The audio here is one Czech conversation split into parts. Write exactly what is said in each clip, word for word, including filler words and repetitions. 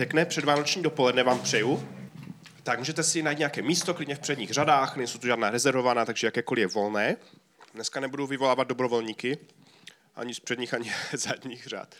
Pěkné předvánoční dopoledne vám přeju. Tak můžete si najít nějaké místo, klidně v předních řadách, nejsou tu žádná rezervovaná, takže jakékoliv je volné. Dneska nebudu vyvolávat dobrovolníky, ani z předních, ani z zadních řad.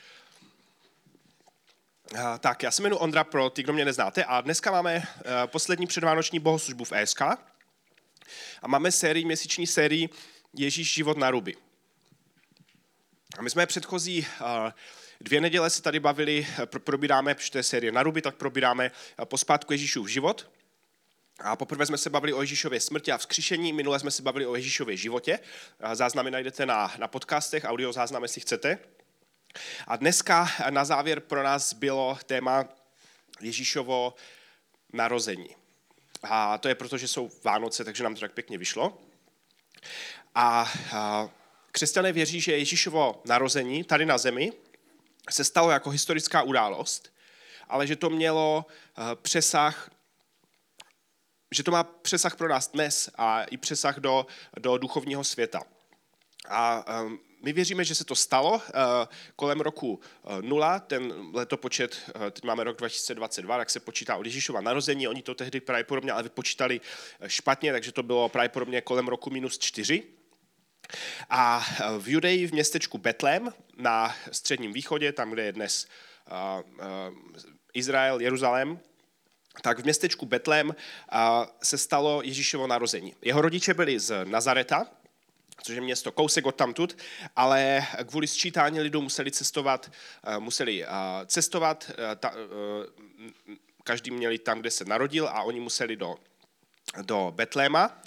Tak, já se jmenuji Ondra, pro ty, kdo mě neznáte, a dneska máme poslední předvánoční bohoslužbu v E S K a máme sérii, měsíční sérii Ježíš život na ruby. A my jsme předchozí dvě neděle se tady bavili, probíráme, protože to je série na ruby, tak probíráme pospátku Ježíšův život. A poprvé jsme se bavili o Ježíšově smrti a vzkříšení, minule jsme se bavili o Ježíšově životě. Záznamy najdete na, na podcastech, audio záznam, jestli chcete. A dneska na závěr pro nás bylo téma Ježíšovo narození. A to je proto, že jsou Vánoce, takže nám to tak pěkně vyšlo. A, a křesťané věří, že Ježíšovo narození tady na zemi se stalo jako historická událost, ale že to mělo přesah, že to má přesah pro nás dnes a i přesah do, do duchovního světa. A um, my věříme, že se to stalo uh, kolem roku uh, nula, ten letopočet, uh, teď máme rok dva tisíce dvacet dva, tak se počítá od Ježíšova narození, oni to tehdy pravděpodobně ale vypočítali špatně, takže to bylo pravděpodobně kolem roku minus čtyři. A v Judeji v městečku Betlém na středním východě, tam, kde je dnes uh, uh, Izrael, Jeruzalém, tak v městečku Betlém uh, se stalo Ježíšovo narození. Jeho rodiče byli z Nazareta, což je město kousek odtamtud, ale kvůli sčítání lidů museli cestovat, uh, museli uh, cestovat, uh, ta, uh, každý měli tam, kde se narodil, a oni museli do, do Betléma.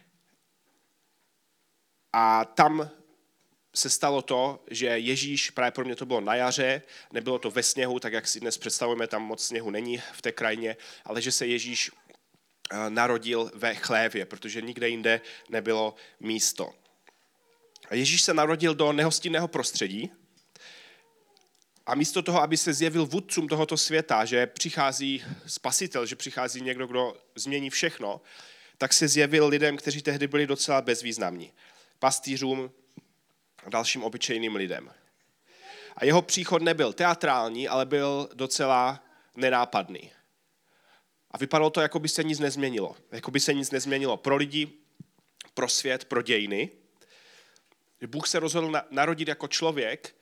A tam se stalo to, že Ježíš, právě pro mě to bylo na jaře, nebylo to ve sněhu, tak jak si dnes představujeme, tam moc sněhu není v té krajině, ale že se Ježíš narodil ve chlévě, protože nikde jinde nebylo místo. A Ježíš se narodil do nehostinného prostředí a místo toho, aby se zjevil vůdcům tohoto světa, že přichází spasitel, že přichází někdo, kdo změní všechno, tak se zjevil lidem, kteří tehdy byli docela bezvýznamní. Pastýřům a dalším obyčejným lidem. A jeho příchod nebyl teatrální, ale byl docela nenápadný. A vypadalo to, jako by se nic nezměnilo. Jako by se nic nezměnilo pro lidi, pro svět, pro dějiny. Bůh se rozhodl narodit jako člověk,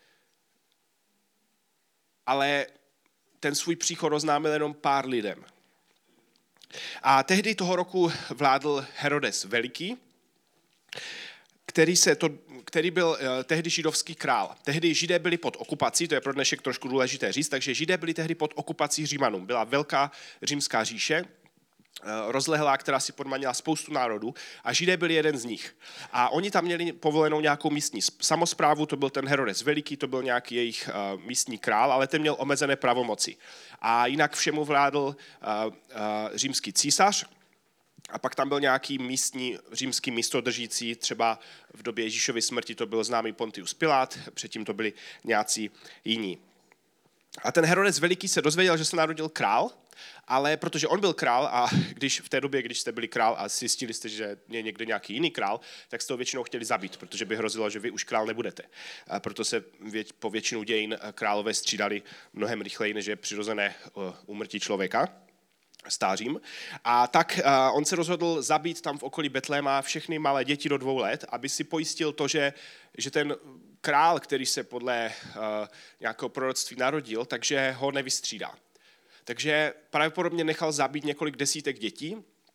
ale ten svůj příchod oznámil jenom pár lidem. A tehdy toho roku vládl Herodes Veliký, který, se to, který byl uh, tehdy židovský král. Tehdy Židé byli pod okupací, to je pro dnešek trošku důležité říct, takže Židé byli tehdy pod okupací Římanů. Byla velká římská říše, uh, rozlehlá, která si podmanila spoustu národů, a Židé byli jeden z nich. A oni tam měli povolenou nějakou místní samosprávu, to byl ten Herodes Veliký, to byl nějaký jejich uh, místní král, ale ten měl omezené pravomoci. A jinak všemu vládl uh, uh, římský císař. A pak tam byl nějaký místní římský místodržící, třeba v době Ježíšovy smrti to byl známý Pontius Pilát, předtím to byli nějací jiní. A ten Herodes Veliký se dozvěděl, že se narodil král, ale protože on byl král a když v té době, když jste byli král a zjistili jste, že je někde nějaký jiný král, tak jste ho většinou chtěli zabít, protože by hrozilo, že vy už král nebudete. A proto se vět, po většinu dějin králové střídali mnohem rychleji, než je přirozené úmrtí člověka stářím. A tak uh, on se rozhodl zabít tam v okolí Betléma všechny malé děti do dvou let, aby si pojistil to, že, že ten král, který se podle uh, nějakého proroctví narodil, takže ho nevystřídá. Takže pravděpodobně nechal zabít několik desítek dětí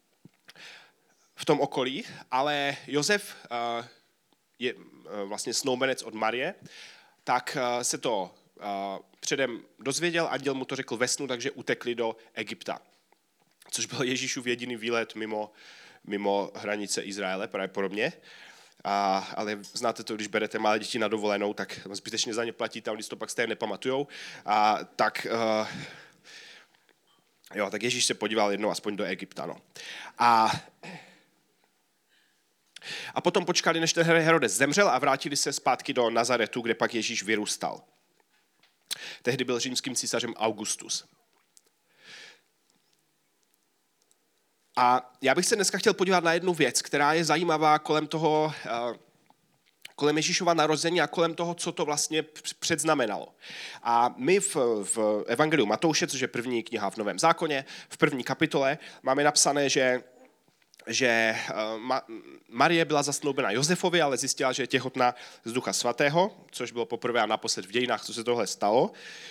v tom okolí, ale Josef uh, je uh, vlastně snoubenec od Marie, tak uh, se to uh, předem dozvěděl, anděl mu to řekl ve snu, takže utekli do Egypta. Což byl Ježíšův jediný výlet mimo, mimo hranice Izraele, pravděpodobně. A, ale znáte to, když berete malé děti na dovolenou, tak zbytečně za ně platíte, a když to pak stejně nepamatujou. A tak, uh, jo, tak Ježíš se podíval jednou aspoň do Egypta. No. A, a potom počkali, než ten Herodes zemřel, a vrátili se zpátky do Nazaretu, kde pak Ježíš vyrůstal. Tehdy byl římským císařem Augustus. A já bych se dneska chtěl podívat na jednu věc, která je zajímavá kolem toho, kolem Ježíšova narození a kolem toho, co to vlastně předznamenalo. A my v, v Evangeliu Matouše, což je první kniha v Novém zákoně, v první kapitole máme napsané, že, že Marie byla zasnoubena Josefovi, ale zjistila, že je těhotná z Ducha Svatého, což bylo poprvé a naposled v dějinách, co se tohle stalo.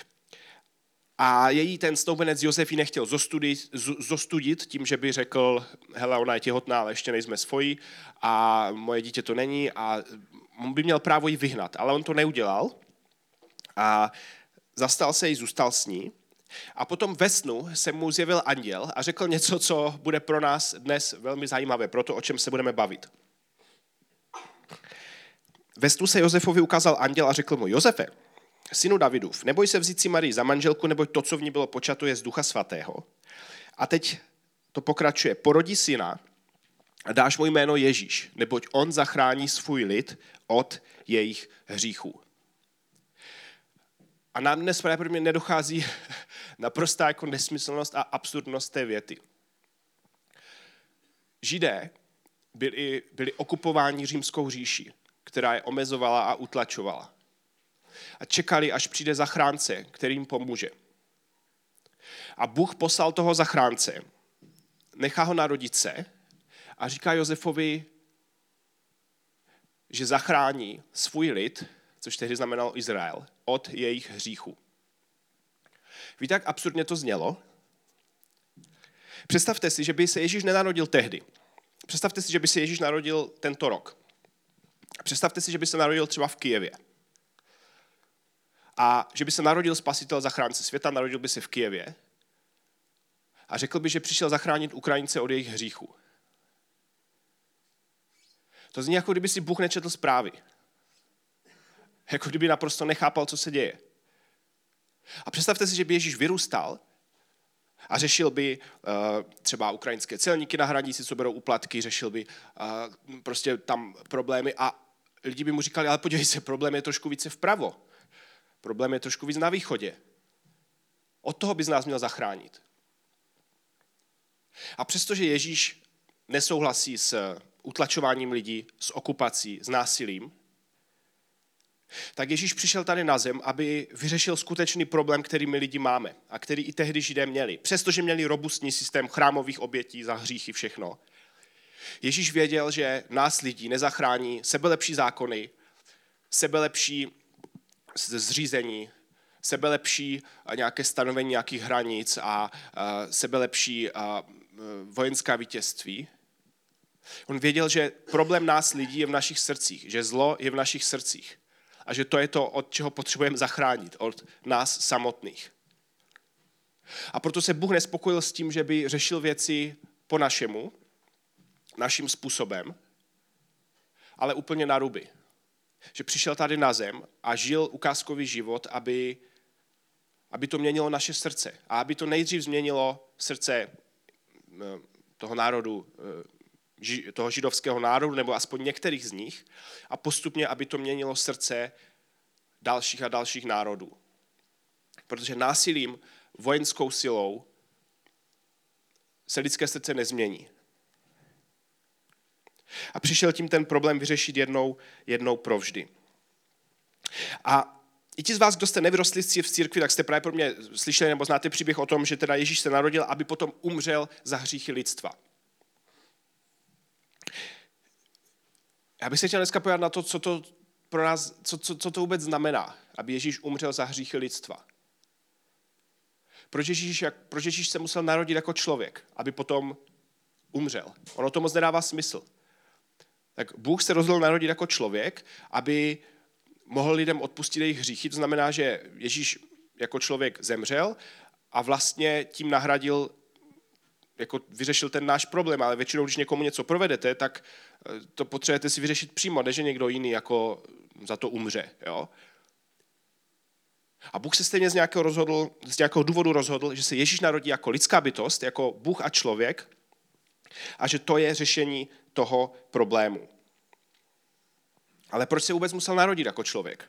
A její ten snoubenec Josef ji nechtěl zostudit, zostudit tím, že by řekl, hele, ona je těhotná, ale ještě nejsme svoji a moje dítě to není a on by měl právo ji vyhnat, ale on to neudělal a zastal se jí, zůstal s ní. A potom ve snu se mu zjevil anděl a řekl něco, co bude pro nás dnes velmi zajímavé, pro to, o čem se budeme bavit. Ve snu se Josefovi ukázal anděl a řekl mu, Josefe, synu Davidův, neboj se vzít si Marii za manželku, neboť to, co v ní bylo počato, je z Ducha Svatého. A teď to pokračuje. Porodí syna a dáš mu jméno Ježíš, neboť on zachrání svůj lid od jejich hříchů. A nám dnes právě mě nedochází naprostá jako nesmyslnost a absurdnost té věty. Židé byli, byli okupováni římskou říší, která je omezovala a utlačovala. A čekali, až přijde zachránce, který jim pomůže. A Bůh poslal toho zachránce, nechá ho narodit se a říká Josefovi, že zachrání svůj lid, což tehdy znamenalo Izrael, od jejich hříchů. Víte, jak absurdně to znělo? Představte si, že by se Ježíš nenarodil tehdy. Představte si, že by se Ježíš narodil tento rok. Představte si, že by se narodil třeba v Kyjevě. A že by se narodil spasitel zachránce světa, narodil by se v Kyjevě a řekl by, že přišel zachránit Ukrajince od jejich hříchů. To zní, jako kdyby si Bůh nečetl zprávy. Jako kdyby naprosto nechápal, co se děje. A představte si, že by Ježíš vyrůstal a řešil by uh, třeba ukrajinské celníky na hranici, co berou úplatky, řešil by uh, prostě tam problémy a lidi by mu říkali, ale podívej se, problém je trošku více vpravo. Problém je trošku víc na východě. Od toho by z nás měl zachránit. A přestože Ježíš nesouhlasí s utlačováním lidí, s okupací, s násilím, tak Ježíš přišel tady na zem, aby vyřešil skutečný problém, který my lidi máme a který i tehdy Židé měli. Přestože měli robustní systém chrámových obětí za hříchy, všechno. Ježíš věděl, že nás lidí nezachrání sebelepší zákony, sebelepší zřízení, sebelepší nějaké stanovení nějakých hranic a sebelepší vojenská vítězství. On věděl, že problém nás lidí je v našich srdcích, že zlo je v našich srdcích a že to je to, od čeho potřebujeme zachránit, od nás samotných. A proto se Bůh nespokojil s tím, že by řešil věci po našemu, naším způsobem, ale úplně na ruby. Že přišel tady na zem a žil ukázkový život, aby, aby to měnilo naše srdce. A aby to nejdřív změnilo srdce toho národu, toho židovského národu, nebo aspoň některých z nich, a postupně, aby to měnilo srdce dalších a dalších národů. Protože násilím, vojenskou silou se lidské srdce nezmění. A přišel tím ten problém vyřešit jednou, jednou provždy. A i ti z vás, kdo jste nevyrostli v církvi, tak jste právě pro mě slyšeli nebo znáte příběh o tom, že teda Ježíš se narodil, aby potom umřel za hříchy lidstva. Já bych se chtěl dneska podívat na to, co to pro nás, co, co, co to vůbec znamená, aby Ježíš umřel za hříchy lidstva. Proč Ježíš, jak, proč Ježíš se musel narodit jako člověk, aby potom umřel? Ono to moc nedává smysl. Tak Bůh se rozhodl narodit jako člověk, aby mohl lidem odpustit jejich hříchy. To znamená, že Ježíš jako člověk zemřel a vlastně tím nahradil, jako vyřešil ten náš problém, ale většinou, když někomu něco provedete, tak to potřebujete si vyřešit přímo, ne že někdo jiný jako za to umře. Jo? A Bůh se stejně z nějakého, rozhodl, z nějakého důvodu rozhodl, že se Ježíš narodí jako lidská bytost, jako Bůh a člověk, a že to je řešení toho problému. Ale proč se vůbec musel narodit jako člověk?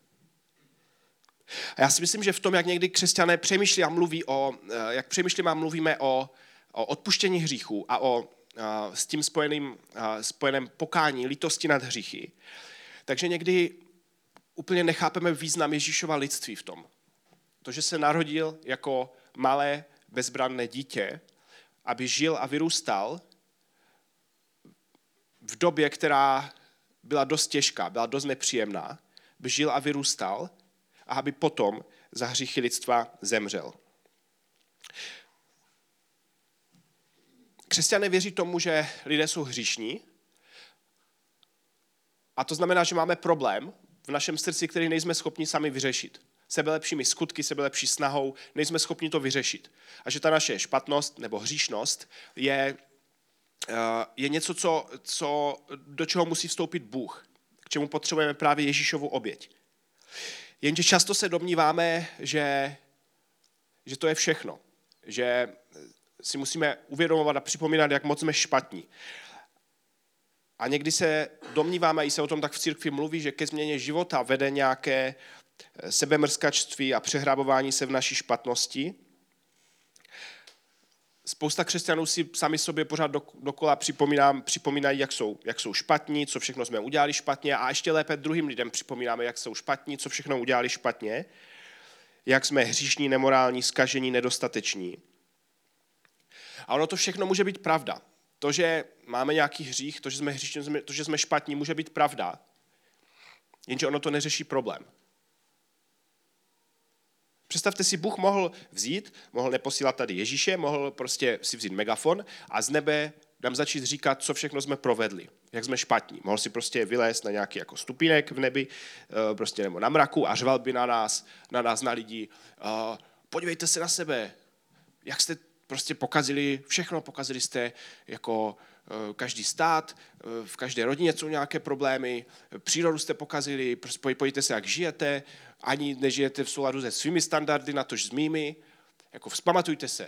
A já si myslím, že v tom, jak někdy křesťané přemýšlí a mluví o, jak přemýšlíme a mluvíme o, o odpuštění hříchů a o a, s tím spojeným, a, spojeném pokání, lítosti nad hříchy, Takže někdy úplně nechápeme význam Ježíšova lidství v tom. To, že se narodil jako malé bezbranné dítě, aby žil a vyrůstal v době, která byla dost těžká, byla dost nepříjemná, by žil a vyrůstal a aby potom za hříchy lidstva zemřel. Křesťané věří tomu, že lidé jsou hříšní a to znamená, že máme problém v našem srdci, který nejsme schopni sami vyřešit. Sebelepšími skutky, sebelepší snahou, nejsme schopni to vyřešit. A že ta naše špatnost nebo hříšnost je, je něco, co, co, do čeho musí vstoupit Bůh, k čemu potřebujeme právě Ježíšovu oběť. Jenže často se domníváme, že, že to je všechno, že si musíme uvědomovat a připomínat, jak moc jsme špatní. A někdy se domníváme, i se o tom tak v církvi mluví, že ke změně života vede nějaké sebemrskačství a přehrábování se v naší špatnosti. Spousta křesťanů si sami sobě pořád dokola připomínají, jak jsou, jak jsou špatní, co všechno jsme udělali špatně a ještě lépe druhým lidem připomínáme, jak jsou špatní, co všechno udělali špatně, jak jsme hříšní, nemorální, zkažení, nedostateční. A ono to všechno může být pravda. To, že máme nějaký hřích, to, že jsme hříšní, to, že jsme špatní, může být pravda, jenže ono to neřeší problém. Představte si, Bůh mohl vzít, mohl neposílat tady Ježíše, mohl prostě si vzít megafon a z nebe nám začít říkat, co všechno jsme provedli, jak jsme špatní. Mohl si prostě vylézt na nějaký jako stupínek v nebi, prostě nebo na mraku a řval by na nás, na nás, na lidi. Podívejte se na sebe, jak jste prostě pokazili, všechno pokazili jste jako každý stát, v každé rodině jsou nějaké problémy, přírodu jste pokazili, podívejte se, jak žijete, ani nežijete v souladu se svými standardy, natož s mými, jako vzpamatujte se.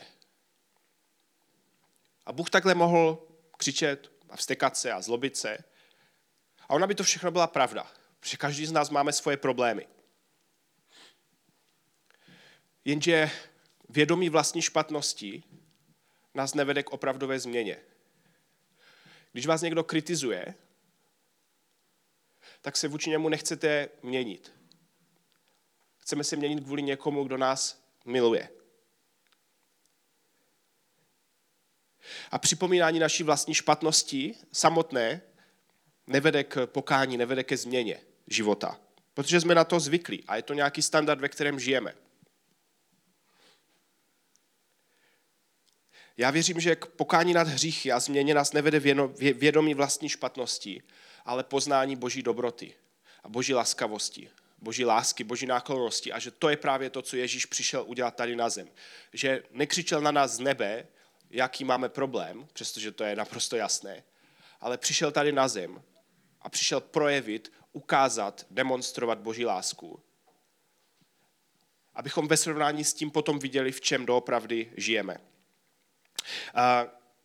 A Bůh takhle mohl křičet a vztekat se a zlobit se. A ona by to všechno byla pravda, protože každý z nás máme svoje problémy. Jenže vědomí vlastní špatnosti nás nevede k opravdové změně. Když vás někdo kritizuje, tak se vůči němu nechcete měnit. Chceme se měnit kvůli někomu, kdo nás miluje. A připomínání naší vlastní špatnosti samotné nevede k pokání, nevede ke změně života. Protože jsme na to zvyklí a je to nějaký standard, ve kterém žijeme. Já věřím, že k pokání nad hříchy a změně nás nevede vědomí vlastní špatnosti, ale poznání Boží dobroty a Boží laskavosti, Boží lásky, Boží náklonnosti a že to je právě to, co Ježíš přišel udělat tady na zem. Že nekřičel na nás z nebe, jaký máme problém, přestože to je naprosto jasné, ale přišel tady na zem a přišel projevit, ukázat, demonstrovat Boží lásku. Abychom ve srovnání s tím potom viděli, v čem doopravdy žijeme. A,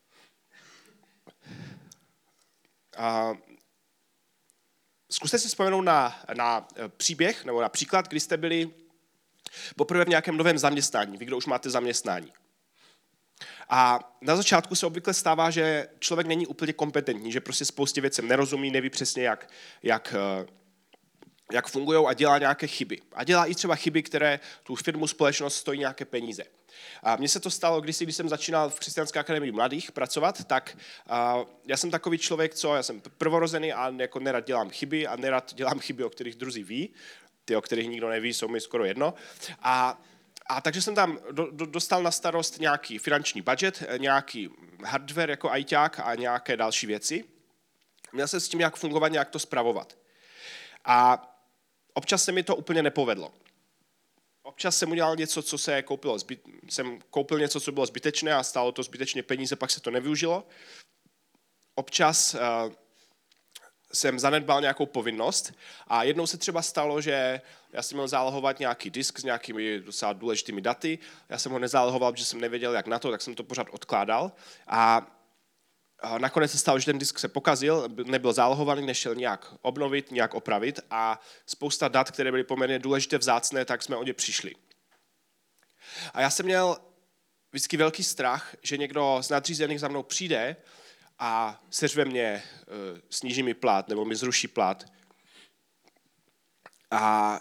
a, zkuste si vzpomenout na, na příběh nebo na příklad, kdy jste byli poprvé v nějakém novém zaměstnání, vy, kdo už máte zaměstnání. A na začátku se obvykle stává, že člověk není úplně kompetentní, že prostě spoustě věcem nerozumí, neví přesně, jak, jak, jak fungují a dělá nějaké chyby. A dělá i třeba chyby, které tu firmu, společnost stojí nějaké peníze. A mně se to stalo, když, když jsem začínal v Křesťanské akademii mladých pracovat, tak a, já jsem takový člověk, co já jsem prvorozený a jako nerad dělám chyby a nerad dělám chyby, o kterých druzí ví. Ty, o kterých nikdo neví, jsou mi skoro jedno. A A takže jsem tam do, do, dostal na starost nějaký finanční budget, nějaký hardware jako ajťák a nějaké další věci. Měl jsem s tím jak fungovat, nějak to spravovat. A občas se mi to úplně nepovedlo. Občas jsem udělal něco, co se koupilo, zbyt, jsem koupil něco, co bylo zbytečné a stálo to zbytečně peníze, pak se to nevyužilo. Občas uh, jsem zanedbal nějakou povinnost a jednou se třeba stalo, že já jsem měl zálohovat nějaký disk s nějakými docela důležitými daty. Já jsem ho nezálohoval, protože jsem nevěděl, jak na to, tak jsem to pořád odkládal. A nakonec se stalo, že ten disk se pokazil, nebyl zálohovaný, nešel nějak obnovit, nějak opravit a spousta dat, které byly poměrně důležité, vzácné, tak jsme o ně přišli. A já jsem měl vždycky velký strach, že někdo z nadřízených za mnou přijde a seřve mě, sníží mi plat nebo mi zruší plat. A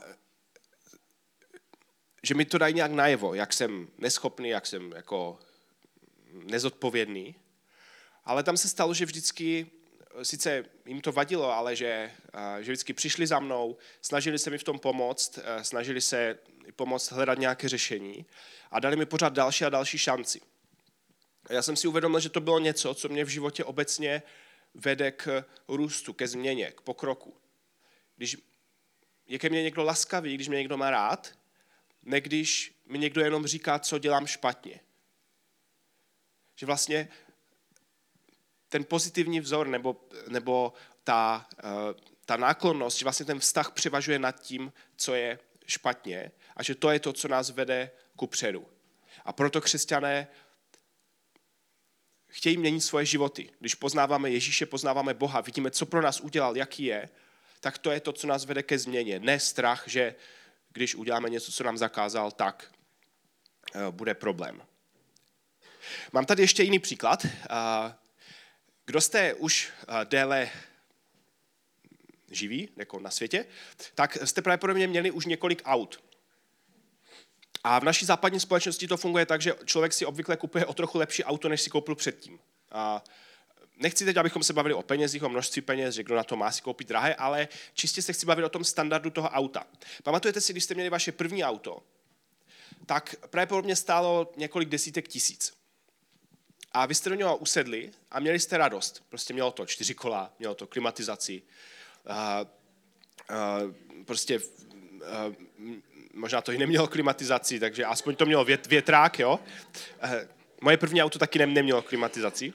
že mi to dají nějak najevo, jak jsem neschopný, jak jsem jako nezodpovědný. Ale tam se stalo, že vždycky, sice jim to vadilo, ale že, že vždycky přišli za mnou, snažili se mi v tom pomoct, snažili se pomoct hledat nějaké řešení a dali mi pořád další a další šanci. A já jsem si uvědomil, že to bylo něco, co mě v životě obecně vede k růstu, ke změně, k pokroku. Když je ke mně někdo laskavý, když mě někdo má rád, ne když mi někdo jenom říká, co dělám špatně. Že vlastně ten pozitivní vzor nebo, nebo ta, ta náklonnost, že vlastně ten vztah převažuje nad tím, co je špatně a že to je to, co nás vede kupředu. A proto křesťané chtějí měnit svoje životy. Když poznáváme Ježíše, poznáváme Boha, vidíme, co pro nás udělal, jaký je, tak to je to, co nás vede ke změně. Ne strach, že když uděláme něco, co nám zakázal, tak bude problém. Mám tady ještě jiný příklad. Kdo jste už déle živí, jako na světě, tak jste pravděpodobně měli už několik aut. A v naší západní společnosti to funguje tak, že člověk si obvykle kupuje o trochu lepší auto, než si koupil předtím. A nechci teď, abychom se bavili o penězích, o množství peněz, že kdo na to má si koupit drahé, ale čistě se chci bavit o tom standardu toho auta. Pamatujete si, když jste měli vaše první auto, tak pravděpodobně stálo několik desítek tisíc. A vy jste do něho usedli a měli jste radost. Prostě mělo to čtyři kola, mělo to klimatizaci, a, a, prostě a, možná to i nemělo klimatizaci, takže aspoň to mělo vět, větrák, jo. A, moje první auto taky ne, nemělo klimatizaci.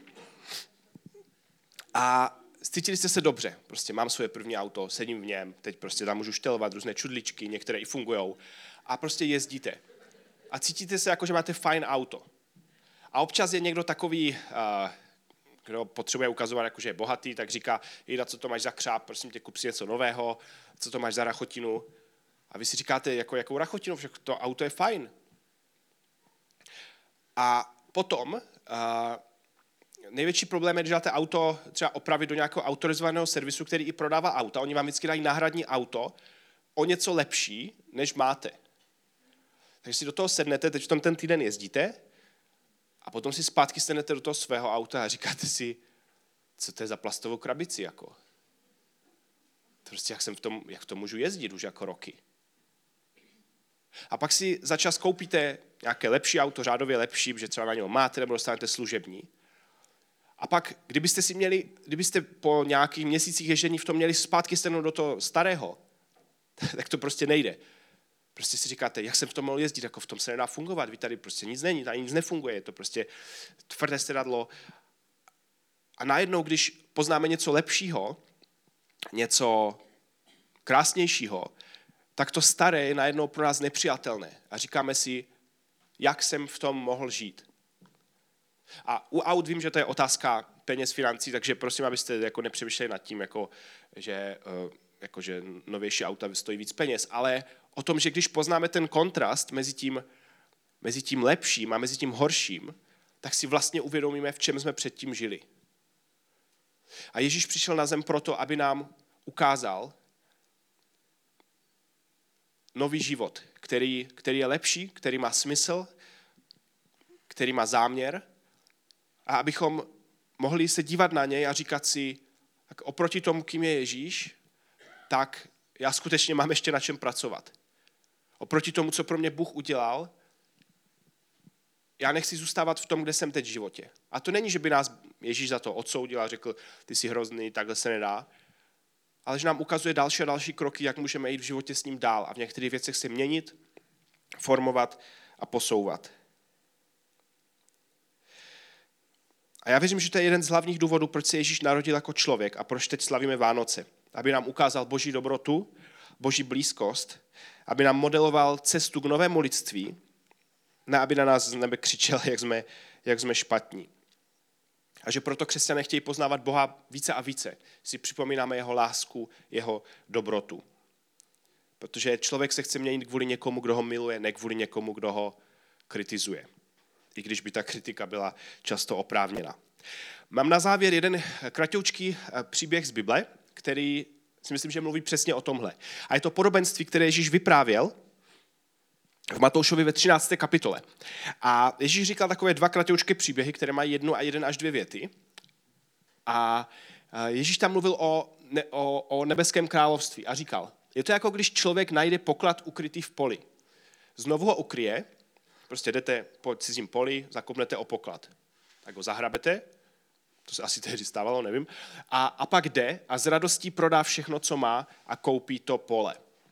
A cítili jste se dobře, prostě mám svoje první auto, sedím v něm, teď prostě tam můžu štelovat různé čudličky, některé i fungujou a prostě jezdíte. A cítíte se jako, že máte fajn auto. A občas je někdo takový, kdo potřebuje ukazovat, jako, že je bohatý, tak říká, Jejda, co to máš za křáp, prosím tě, kup si něco nového, co to máš za rachotinu. A vy si říkáte, jako, jakou rachotinu, že to auto je fajn. A potom největší problém je, když dáte auto třeba opravit do nějakého autorizovaného servisu, který i prodává auta. Oni vám vždycky dají náhradní auto o něco lepší, než máte. Takže si do toho sednete, teď v tom ten týden jezdíte a potom si zpátky sednete do toho svého auta a říkáte si, co to je za plastovou krabici, jako. Prostě jak, jsem v tom, jak to můžu jezdit už jako roky. A pak si za čas koupíte nějaké lepší auto, řádově lepší, protože třeba na něho máte nebo dostanete služební. A pak, kdybyste si měli, kdybyste po nějakých měsících ježdění v tom měli zpátky sednout do toho starého, tak to prostě nejde. Prostě si říkáte, jak jsem v tom mohl jezdit, jako v tom se nedá fungovat, vy tady prostě nic není, tady nic nefunguje, je to prostě tvrdé sedadlo. A najednou, když poznáme něco lepšího, něco krásnějšího, tak to staré je najednou pro nás nepřijatelné. A říkáme si, jak jsem v tom mohl žít. A u aut vím, že to je otázka peněz, financí, takže prosím, abyste jako nepřemýšleli nad tím, jako, že, jako, že novější auta stojí víc peněz, ale o tom, že když poznáme ten kontrast mezi tím, mezi tím lepším a mezi tím horším, tak si vlastně uvědomíme, v čem jsme předtím žili. A Ježíš přišel na zem proto, aby nám ukázal nový život, který, který je lepší, který má smysl, který má záměr, a abychom mohli se dívat na něj a říkat si, tak oproti tomu, kým je Ježíš, tak já skutečně mám ještě na čem pracovat. Oproti tomu, co pro mě Bůh udělal, já nechci zůstávat v tom, kde jsem teď v životě. A to není, že by nás Ježíš za to odsoudil a řekl, ty jsi hrozný, takhle se nedá, ale že nám ukazuje další a další kroky, jak můžeme jít v životě s ním dál a v některých věcech se měnit, formovat a posouvat. A já věřím, že to je jeden z hlavních důvodů, proč se Ježíš narodil jako člověk a proč teď slavíme Vánoce. Aby nám ukázal Boží dobrotu, Boží blízkost, aby nám modeloval cestu k novému lidství, ne aby na nás z nebe křičel, jak jsme, jak jsme špatní. A že proto křesťané chtějí poznávat Boha více a více. Si připomínáme jeho lásku, jeho dobrotu. Protože člověk se chce měnit kvůli někomu, kdo ho miluje, ne kvůli někomu, kdo ho kritizuje. I když by ta kritika byla často oprávněná. Mám na závěr jeden kratoučký příběh z Bible, který Si myslím, že mluví přesně o tomhle. A je to podobenství, které Ježíš vyprávěl v Matoušovi ve třinácté kapitole. A Ježíš říkal takové dva kratoučké příběhy, které mají jednu a jeden až dvě věty. A Ježíš tam mluvil o, ne, o, o nebeském království a říkal, je to jako když člověk najde poklad ukrytý v poli. Znovu ho ukryje, prostě jdete po cizím poli, zakopnete o poklad. Tak ho zahrabete, to se asi tehdy stávalo, nevím, a, a pak jde a z radostí prodá všechno, co má a koupí to pole.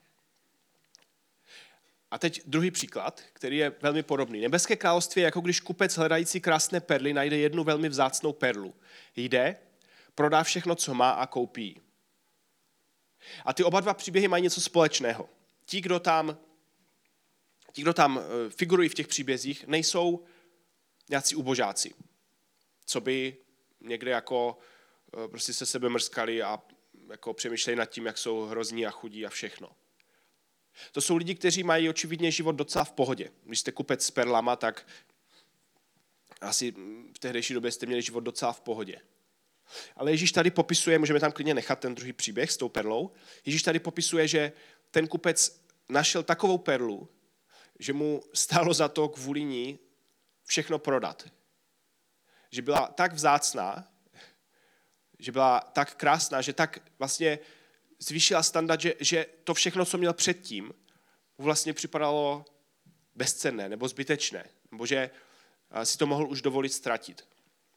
A teď druhý příklad, který je velmi podobný. Nebeské království je jako když kupec hledající krásné perly najde jednu velmi vzácnou perlu. Jde, prodá všechno, co má a koupí. A ty oba dva příběhy mají něco společného. Ti, kdo tam, ti, kdo tam figurují v těch příbězích, nejsou nějací ubožáci, co by někde jako prostě se sebe mrskali a jako přemýšlejí nad tím, jak jsou hrozní a chudí a všechno. To jsou lidi, kteří mají očividně život docela v pohodě. Když jste kupec s perlama, tak asi v tehdejší době jste měli život docela v pohodě. Ale Ježíš tady popisuje, můžeme tam klidně nechat ten druhý příběh s tou perlou, Ježíš tady popisuje, že ten kupec našel takovou perlu, že mu stálo za to kvůli ní všechno prodat. Že byla tak vzácná, že byla tak krásná, že tak vlastně zvýšila standard, že, že to všechno, co měl předtím, mu vlastně připadalo bezcenné nebo zbytečné, nebo že si to mohl už dovolit ztratit.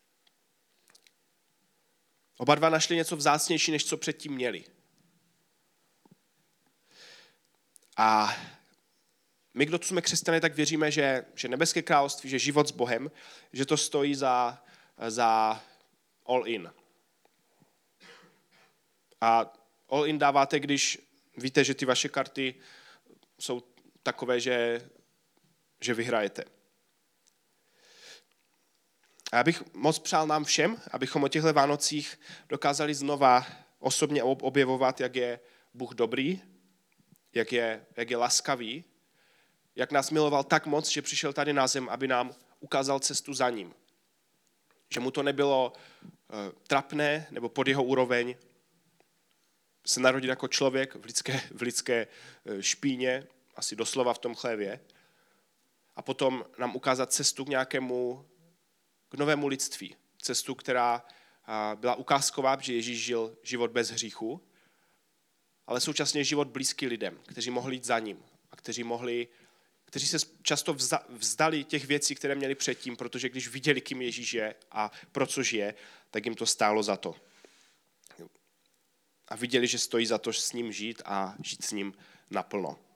Oba dva našli něco vzácnější, než co předtím měli. A my, kdo tu jsme křesťané, tak věříme, že, že nebeské království, že život s Bohem, že to stojí za, za all in. A all in dáváte, když víte, že ty vaše karty jsou takové, že, že vyhrajete. A já bych moc přál nám všem, abychom o těchto Vánocích dokázali znova osobně objevovat, jak je Bůh dobrý, jak je, jak je laskavý, jak nás miloval tak moc, že přišel tady na zem, aby nám ukázal cestu za ním. Že mu to nebylo uh, trapné nebo pod jeho úroveň se narodit jako člověk v lidské, v lidské špíně, asi doslova v tom chlévě, a potom nám ukázat cestu k nějakému, k novému lidství. Cestu, která byla ukázková, že Ježíš žil život bez hříchu, ale současně život blízký lidem, kteří mohli jít za ním a kteří mohli, kteří se často vzdali těch věcí, které měli předtím, protože když viděli, kým Ježíš je a pro co žije, tak jim to stálo za to. A viděli, že stojí za to s ním žít a žít s ním naplno.